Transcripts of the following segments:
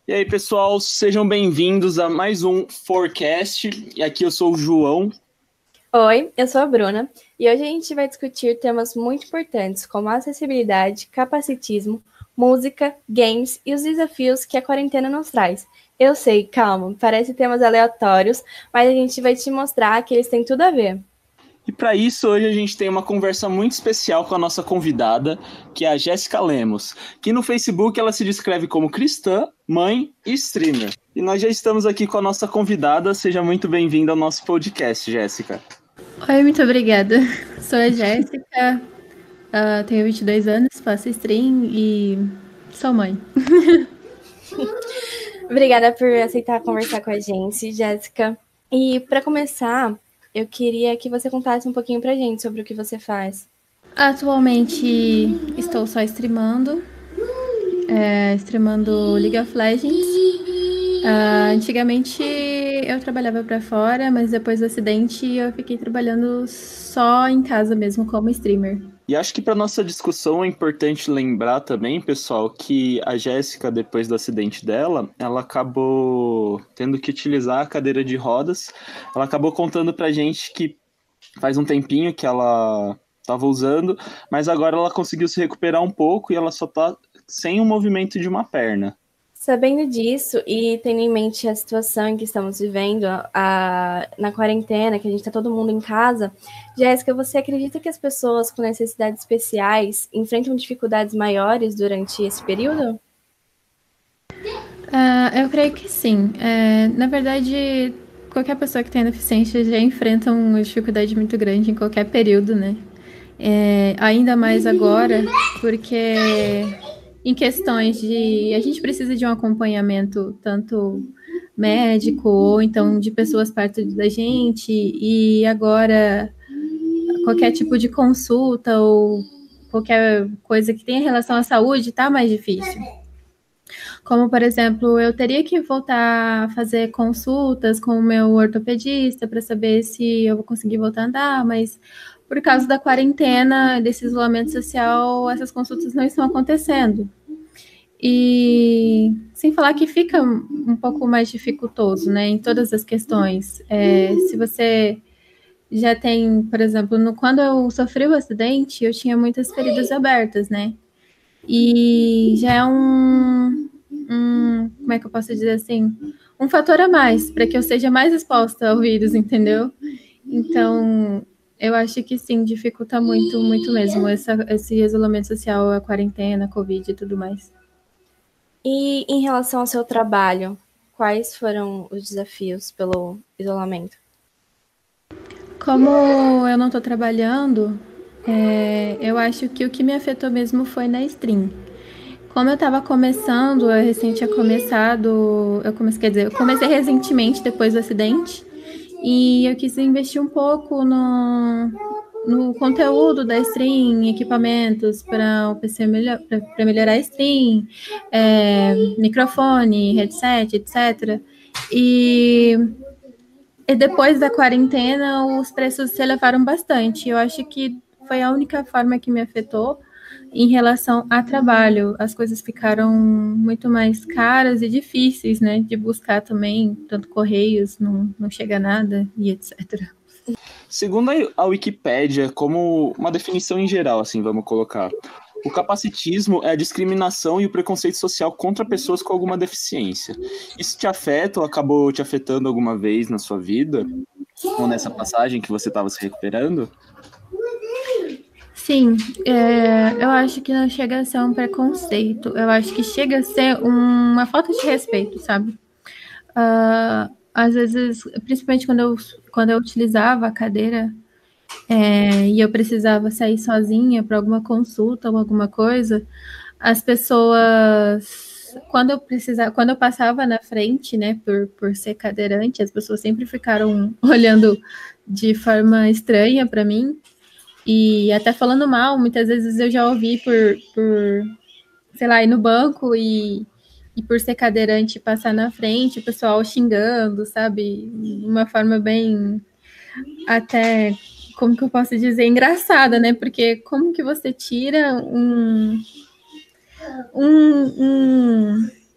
E aí, pessoal, sejam bem-vindos a mais um Forecast. E aqui eu sou o João. Oi, eu sou a Bruna. E hoje a gente vai discutir temas muito importantes como acessibilidade, capacitismo, música, games e os desafios que a quarentena nos traz. Eu sei, calma, parece temas aleatórios, mas a gente vai te mostrar que eles têm tudo a ver. E para isso, hoje a gente tem uma conversa muito especial com a nossa convidada, que é a Jéssica Lemos, que no Facebook ela se descreve como cristã, mãe e streamer. E nós já estamos aqui com a nossa convidada. Seja muito bem-vinda ao nosso podcast, Jéssica. Oi, muito obrigada. Sou a Jéssica, tenho 22 anos, faço stream e sou mãe. Obrigada por aceitar conversar com a gente, Jéssica. E para começar, eu queria que você contasse um pouquinho pra gente sobre o que você faz. Atualmente estou só streamando League of Legends. Antigamente eu trabalhava para fora, mas depois do acidente eu fiquei trabalhando só em casa mesmo como streamer. E acho que para nossa discussão é importante lembrar também, pessoal, que a Jéssica, depois do acidente dela, ela acabou tendo que utilizar a cadeira de rodas. Ela acabou contando pra gente que faz um tempinho que ela estava usando, mas agora ela conseguiu se recuperar um pouco e ela só tá sem o movimento de uma perna. Sabendo disso e tendo em mente a situação em que estamos vivendo, na quarentena, que a gente está todo mundo em casa, Jéssica, você acredita que as pessoas com necessidades especiais enfrentam dificuldades maiores durante esse período? Eu creio que sim. Na verdade, qualquer pessoa que tem deficiência já enfrenta uma dificuldade muito grande em qualquer período, né? Ainda mais agora, porque em questões de... A gente precisa de um acompanhamento tanto médico ou então de pessoas perto da gente, e agora qualquer tipo de consulta ou qualquer coisa que tenha relação à saúde tá mais difícil. Como, por exemplo, eu teria que voltar a fazer consultas com o meu ortopedista para saber se eu vou conseguir voltar a andar, mas por causa da quarentena, desse isolamento social, essas consultas não estão acontecendo. E sem falar que fica um pouco mais dificultoso, né, em todas as questões. Se você já tem, por exemplo, quando eu sofri o acidente, eu tinha muitas feridas abertas, né? E já é como é que eu posso dizer assim? Um fator a mais, para que eu seja mais exposta ao vírus, entendeu? Então, eu acho que sim, dificulta muito, muito mesmo esse isolamento social, a quarentena, a Covid e tudo mais. E em relação ao seu trabalho, quais foram os desafios pelo isolamento? Como eu não estou trabalhando, eu acho que o que me afetou mesmo foi na stream. Como eu estava começando, eu recém tinha começado, eu comecei recentemente depois do acidente, e eu quis investir um pouco no conteúdo da stream, equipamentos para o PC para melhorar a stream, microfone, headset, etc. E depois da quarentena, os preços se elevaram bastante. Eu acho que foi a única forma que me afetou em relação a trabalho. As coisas ficaram muito mais caras e difíceis, né? De buscar também, tanto correios, não chega nada e etc. Segundo a Wikipédia, como uma definição em geral, assim, vamos colocar, o capacitismo é a discriminação e o preconceito social contra pessoas com alguma deficiência. Isso te afeta ou acabou te afetando alguma vez na sua vida? Ou nessa passagem que você estava se recuperando? Sim, eu acho que não chega a ser um preconceito. Eu acho que chega a ser uma falta de respeito, sabe? Às vezes, principalmente quando eu utilizava a cadeira e eu precisava sair sozinha para alguma consulta ou alguma coisa, as pessoas, quando eu passava na frente, né, por ser cadeirante, as pessoas sempre ficaram olhando de forma estranha para mim e até falando mal. Muitas vezes eu já ouvi por sei lá, ir no banco e por ser cadeirante passar na frente, o pessoal xingando, sabe? De uma forma bem, até, como que eu posso dizer, engraçada, né? Porque como que você tira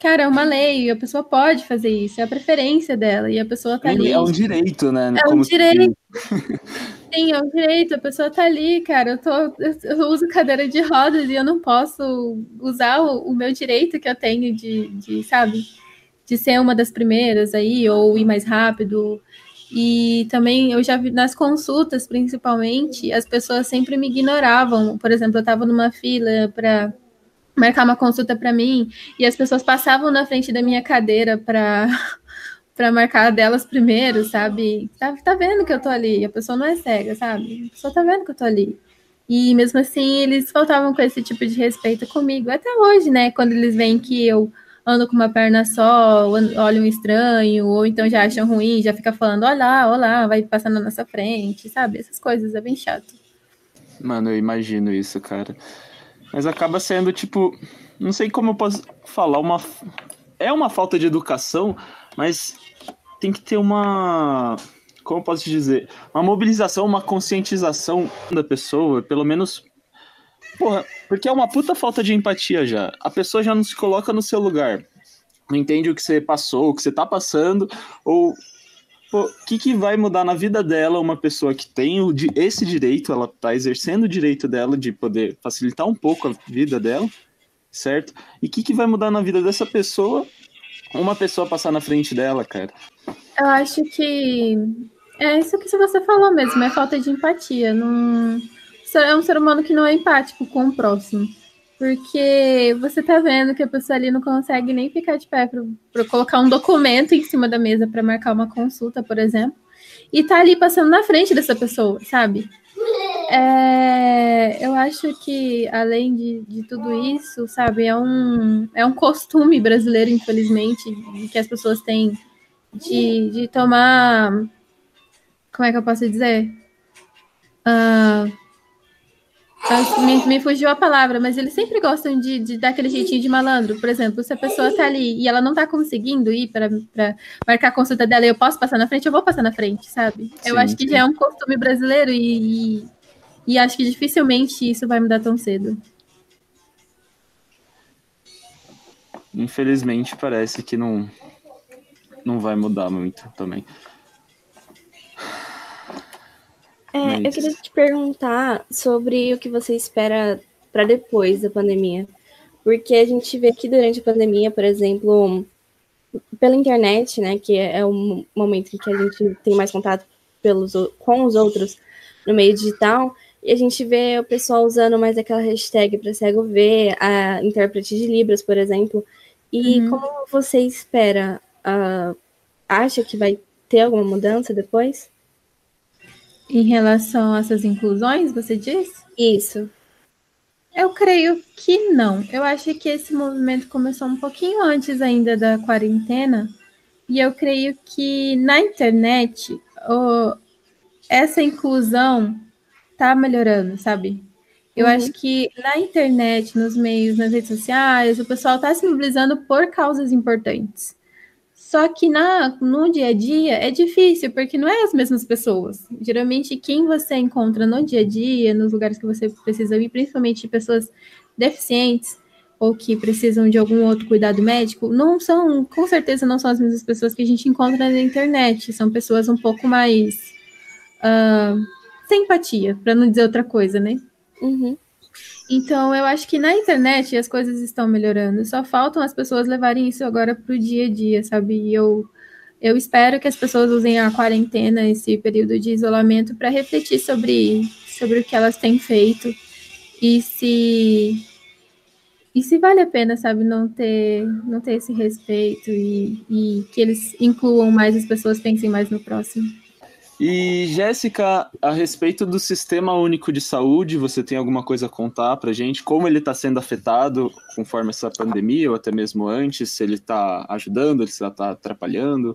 cara, é uma lei, a pessoa pode fazer isso, é a preferência dela, e a pessoa tá ali. É um direito, né? É um direito. Sim, é um direito, a pessoa tá ali, cara, eu uso cadeira de rodas e eu não posso usar o meu direito que eu tenho sabe, de ser uma das primeiras aí, ou ir mais rápido. E também eu já vi nas consultas, principalmente, as pessoas sempre me ignoravam. Por exemplo, eu estava numa fila para marcar uma consulta para mim e as pessoas passavam na frente da minha cadeira para marcar delas primeiro, sabe? Tá vendo que eu tô ali, a pessoa não é cega, sabe? A pessoa tá vendo que eu tô ali. E mesmo assim, eles faltavam com esse tipo de respeito comigo. Até hoje, né? Quando eles veem que eu ando com uma perna só, olham um estranho, ou então já acham ruim, já fica falando, olá, olá, vai passando na nossa frente, sabe? Essas coisas, é bem chato. Mano, eu imagino isso, cara. Mas acaba sendo, tipo, não sei como eu posso falar, é uma falta de educação, mas tem que ter como eu posso te dizer, uma mobilização, uma conscientização da pessoa, pelo menos, porra, porque é uma puta falta de empatia já. A pessoa já não se coloca no seu lugar, não entende o que você passou, o que você tá passando, ou o que vai mudar na vida dela uma pessoa que tem esse direito, ela tá exercendo o direito dela de poder facilitar um pouco a vida dela, certo? E o que vai mudar na vida dessa pessoa uma pessoa passar na frente dela, cara? Eu acho que é isso que você falou mesmo, é falta de empatia. Não... É um ser humano que não é empático com o próximo. Porque você tá vendo que a pessoa ali não consegue nem ficar de pé para colocar um documento em cima da mesa para marcar uma consulta, por exemplo, e tá ali passando na frente dessa pessoa, sabe? Eu acho que, além de tudo isso, sabe, é um costume brasileiro, infelizmente, que as pessoas têm de tomar. Como é que eu posso dizer? Me fugiu a palavra, mas eles sempre gostam de dar aquele jeitinho de malandro. Por exemplo, se a pessoa tá ali e ela não tá conseguindo ir para marcar a consulta dela e eu posso passar na frente, eu vou passar na frente, sabe? Eu acho que já é um costume brasileiro e acho que dificilmente isso vai mudar tão cedo. Infelizmente, parece que não vai mudar muito também. Eu queria te perguntar sobre o que você espera para depois da pandemia. Porque a gente vê que durante a pandemia, por exemplo, pela internet, né, que é o momento em que a gente tem mais contato com os outros no meio digital, e a gente vê o pessoal usando mais aquela hashtag para cego ver, a intérprete de Libras, por exemplo. E como você espera? Acha que vai ter alguma mudança depois? Em relação a essas inclusões, você diz? Isso. Eu creio que não. Eu acho que esse movimento começou um pouquinho antes ainda da quarentena, e eu creio que na internet essa inclusão tá melhorando, sabe? Eu acho que na internet, nos meios, nas redes sociais, o pessoal tá se mobilizando por causas importantes. Só que no dia a dia é difícil, porque não é as mesmas pessoas. Geralmente, quem você encontra no dia a dia, nos lugares que você precisa ir, principalmente pessoas deficientes ou que precisam de algum outro cuidado médico, com certeza não são as mesmas pessoas que a gente encontra na internet. São pessoas um pouco mais sem empatia, para não dizer outra coisa, né? Então, eu acho que na internet as coisas estão melhorando. Só faltam as pessoas levarem isso agora para o dia a dia, sabe? E eu espero que as pessoas usem a quarentena, esse período de isolamento, para refletir sobre o que elas têm feito e se vale a pena, sabe, não ter esse respeito e que eles incluam mais as pessoas, pensem mais no próximo. E, Jéssica, a respeito do Sistema Único de Saúde, você tem alguma coisa a contar pra gente? Como ele está sendo afetado conforme essa pandemia, ou até mesmo antes? Se ele está ajudando, se ele está atrapalhando?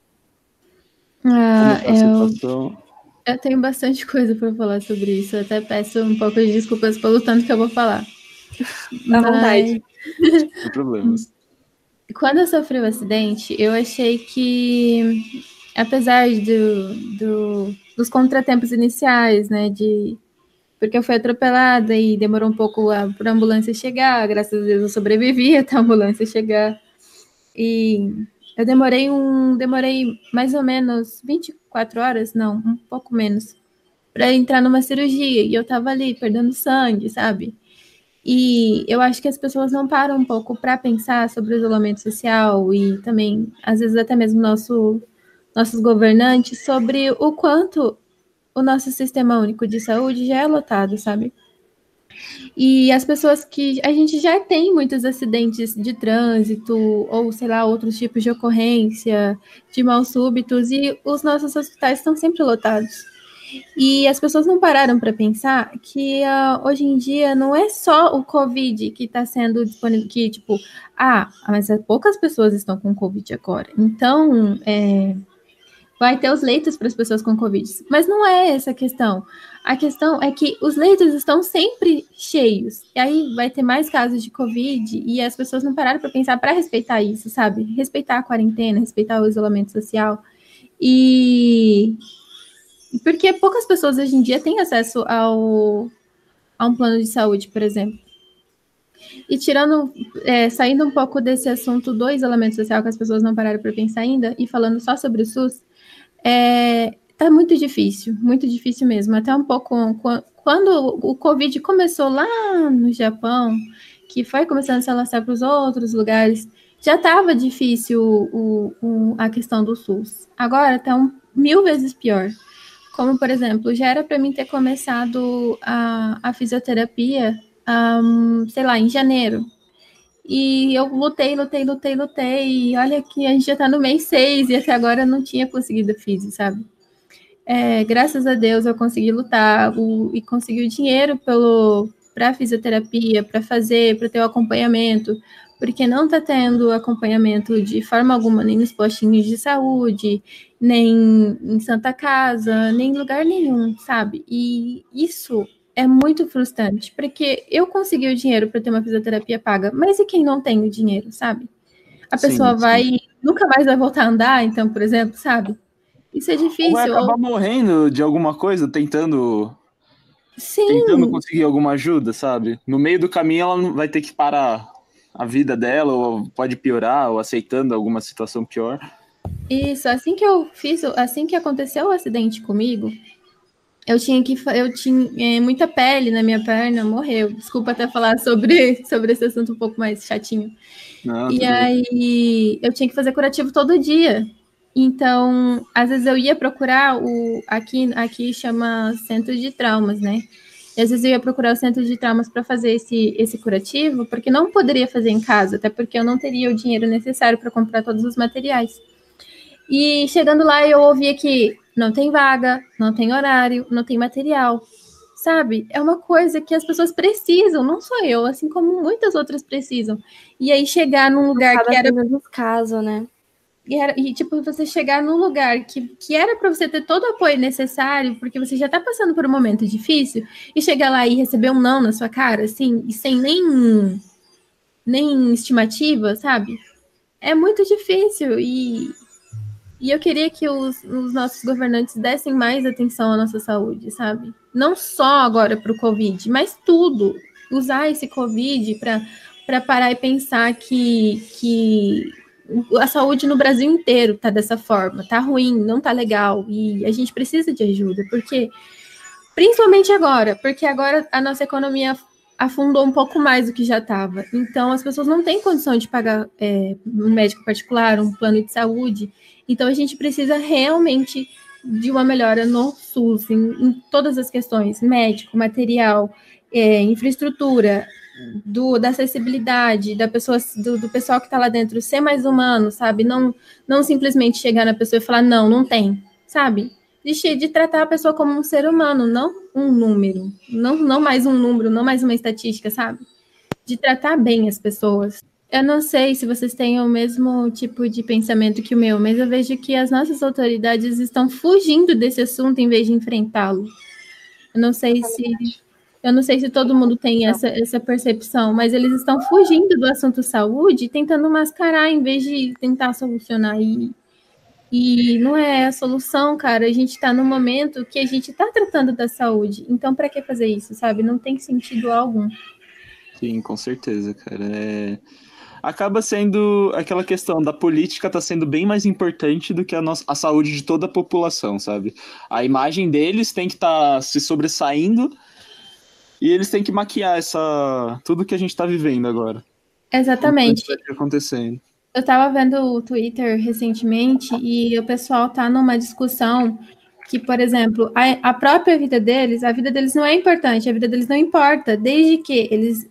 Como está a situação? Eu tenho bastante coisa para falar sobre isso. Eu até peço um pouco de desculpas pelo tanto que eu vou falar. À vontade. Sem problemas. Quando eu sofri o acidente, eu achei que, apesar dos contratempos iniciais, né, porque eu fui atropelada e demorou um pouco para a ambulância chegar, graças a Deus eu sobrevivi até a ambulância chegar. E eu demorei mais ou menos 24 horas, não, um pouco menos, para entrar numa cirurgia. E eu tava ali perdendo sangue, sabe? E eu acho que as pessoas não param um pouco para pensar sobre o isolamento social e também, às vezes, até mesmo nossos governantes, sobre o quanto o nosso sistema único de saúde já é lotado, sabe? E as pessoas que a gente já tem muitos acidentes de trânsito ou, sei lá, outros tipos de ocorrência, de mal súbitos, e os nossos hospitais estão sempre lotados. E as pessoas não pararam para pensar que hoje em dia não é só o Covid que está sendo disponível, que tipo, mas poucas pessoas estão com Covid agora. Então, vai ter os leitos para as pessoas com Covid. Mas não é essa a questão. A questão é que os leitos estão sempre cheios. E aí vai ter mais casos de Covid e as pessoas não pararam para pensar para respeitar isso, sabe? Respeitar a quarentena, respeitar o isolamento social. E porque poucas pessoas hoje em dia têm acesso a um plano de saúde, por exemplo. E saindo um pouco desse assunto do isolamento social, que as pessoas não pararam para pensar ainda, e falando só sobre o SUS, tá muito difícil mesmo. Até um pouco quando o Covid começou lá no Japão, que foi começando a se alastrar para os outros lugares, já estava difícil a questão do SUS. Agora está 1000 vezes pior. Como, por exemplo, já era para mim ter começado a fisioterapia, sei lá, em janeiro. E eu lutei, e olha que a gente já está no mês 6 e até agora eu não tinha conseguido fisio, sabe? Graças a Deus eu consegui lutar e consegui o dinheiro para fisioterapia, para ter o acompanhamento, porque não está tendo acompanhamento de forma alguma, nem nos postinhos de saúde, nem em Santa Casa, nem em lugar nenhum, sabe? E isso é muito frustrante, porque eu consegui o dinheiro para ter uma fisioterapia paga, mas e quem não tem o dinheiro, sabe? A pessoa nunca mais vai voltar a andar, então, por exemplo, sabe? Isso é difícil. Ou vai acabar morrendo de alguma coisa, tentando Sim. conseguir alguma ajuda, sabe? No meio do caminho ela não vai ter que parar a vida dela, ou pode piorar, ou aceitando alguma situação pior. Isso, assim que aconteceu o acidente comigo, eu tinha muita pele na minha perna, morreu. Desculpa até falar sobre esse assunto um pouco mais chatinho. Não, e aí eu tinha que fazer curativo todo dia. Então, às vezes eu ia procurar aqui chama centro de traumas, né? E às vezes eu ia procurar o centro de traumas para fazer esse curativo, porque não poderia fazer em casa, até porque eu não teria o dinheiro necessário para comprar todos os materiais. E chegando lá, eu ouvia que não tem vaga, não tem horário, não tem material, sabe? É uma coisa que as pessoas precisam, não só eu, assim como muitas outras precisam. E aí chegar num lugar que era... caso, né? E tipo, você chegar num lugar que era para você ter todo o apoio necessário, porque você já tá passando por um momento difícil, e chegar lá e receber um não na sua cara, assim, e sem nem estimativa, sabe? É muito difícil. E eu queria que os nossos governantes dessem mais atenção à nossa saúde, sabe? Não só agora para o Covid, mas tudo. Usar esse Covid para parar e pensar que a saúde no Brasil inteiro tá dessa forma, tá ruim, não tá legal, e a gente precisa de ajuda, porque principalmente agora, porque agora a nossa economia afundou um pouco mais do que já estava. Então, as pessoas não têm condição de pagar um médico particular, um plano de saúde. Então, a gente precisa realmente de uma melhora no SUS, em todas as questões, médico, material, infraestrutura, da acessibilidade, do pessoal que está lá dentro ser mais humano, sabe? Não simplesmente chegar na pessoa e falar, não tem, sabe? De tratar a pessoa como um ser humano, não um número, não mais um número, não mais uma estatística, sabe? De tratar bem as pessoas. Eu não sei se vocês têm o mesmo tipo de pensamento que o meu, mas eu vejo que as nossas autoridades estão fugindo desse assunto em vez de enfrentá-lo. Eu não sei se todo mundo tem essa percepção, mas eles estão fugindo do assunto saúde, tentando mascarar em vez de tentar solucionar. E não é a solução, cara. A gente está num momento que a gente está tratando da saúde. Então, para que fazer isso, sabe? Não tem sentido algum. Sim, com certeza, cara. acaba sendo aquela questão da política tá sendo bem mais importante do que a saúde de toda a população, sabe? A imagem deles tem que estar se sobressaindo e eles têm que maquiar tudo que a gente tá vivendo agora. Exatamente. Tudo que vai acontecendo. Eu estava vendo o Twitter recentemente e o pessoal tá numa discussão que, por exemplo, a própria vida deles, a vida deles não é importante, a vida deles não importa, desde que eles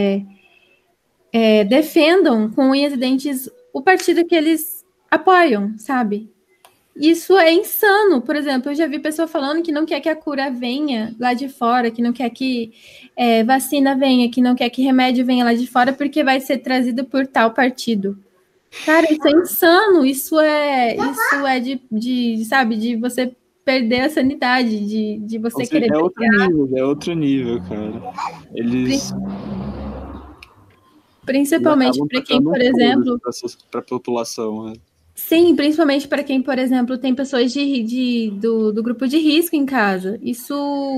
defendam com unhas e dentes o partido que eles apoiam, sabe? Isso é insano. Por exemplo, eu já vi pessoa falando que não quer que a cura venha lá de fora, que não quer que vacina venha, que não quer que remédio venha lá de fora, porque vai ser trazido por tal partido. Cara, isso é insano. Isso é sabe, de você perder a sanidade, de você querer. É outro nível, cara. Eles. Principalmente para quem, por exemplo. Para a população, né? Sim, principalmente para quem, por exemplo, tem pessoas do grupo de risco em casa. Isso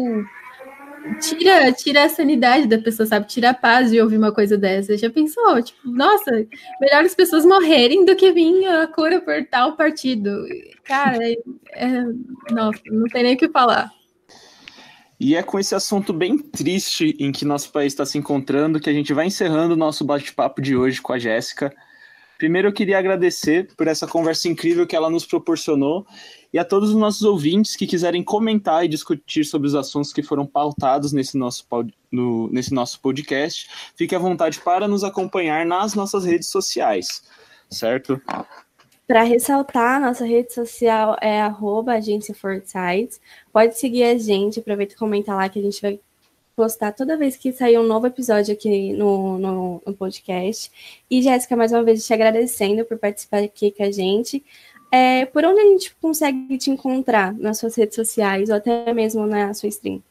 tira a sanidade da pessoa, sabe? Tira a paz de ouvir uma coisa dessa. Já pensou? Tipo, nossa, melhor as pessoas morrerem do que vir a cura por tal partido. Cara, nossa, não tem nem o que falar. E é com esse assunto bem triste em que nosso país está se encontrando que a gente vai encerrando o nosso bate-papo de hoje com a Jéssica. Primeiro eu queria agradecer por essa conversa incrível que ela nos proporcionou e a todos os nossos ouvintes que quiserem comentar e discutir sobre os assuntos que foram pautados nesse nosso podcast, fique à vontade para nos acompanhar nas nossas redes sociais, certo? Para ressaltar, nossa rede social é @agenciaforsights. Pode seguir a gente, aproveita e comenta lá que a gente vai postar toda vez que sair um novo episódio aqui no podcast. E, Jéssica, mais uma vez te agradecendo por participar aqui com a gente. Por onde a gente consegue te encontrar nas suas redes sociais ou até mesmo na sua stream?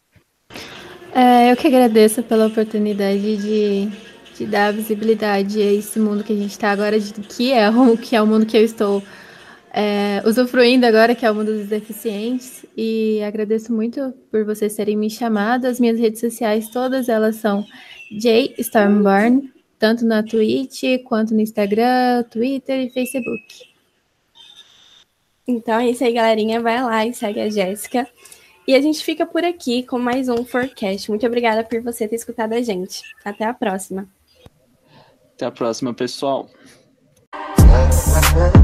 Eu que agradeço pela oportunidade de dar visibilidade a esse mundo que a gente está agora, que é o mundo que eu estou usufruindo agora, que é o mundo dos deficientes, e agradeço muito por vocês terem me chamado. As minhas redes sociais, todas elas são J Stormborn, tanto na Twitch, quanto no Instagram, Twitter e Facebook. Então é isso aí, galerinha, vai lá e segue a Jéssica. E a gente fica por aqui com mais um Forecast. Muito obrigada por você ter escutado a gente. Até a próxima. Até a próxima, pessoal.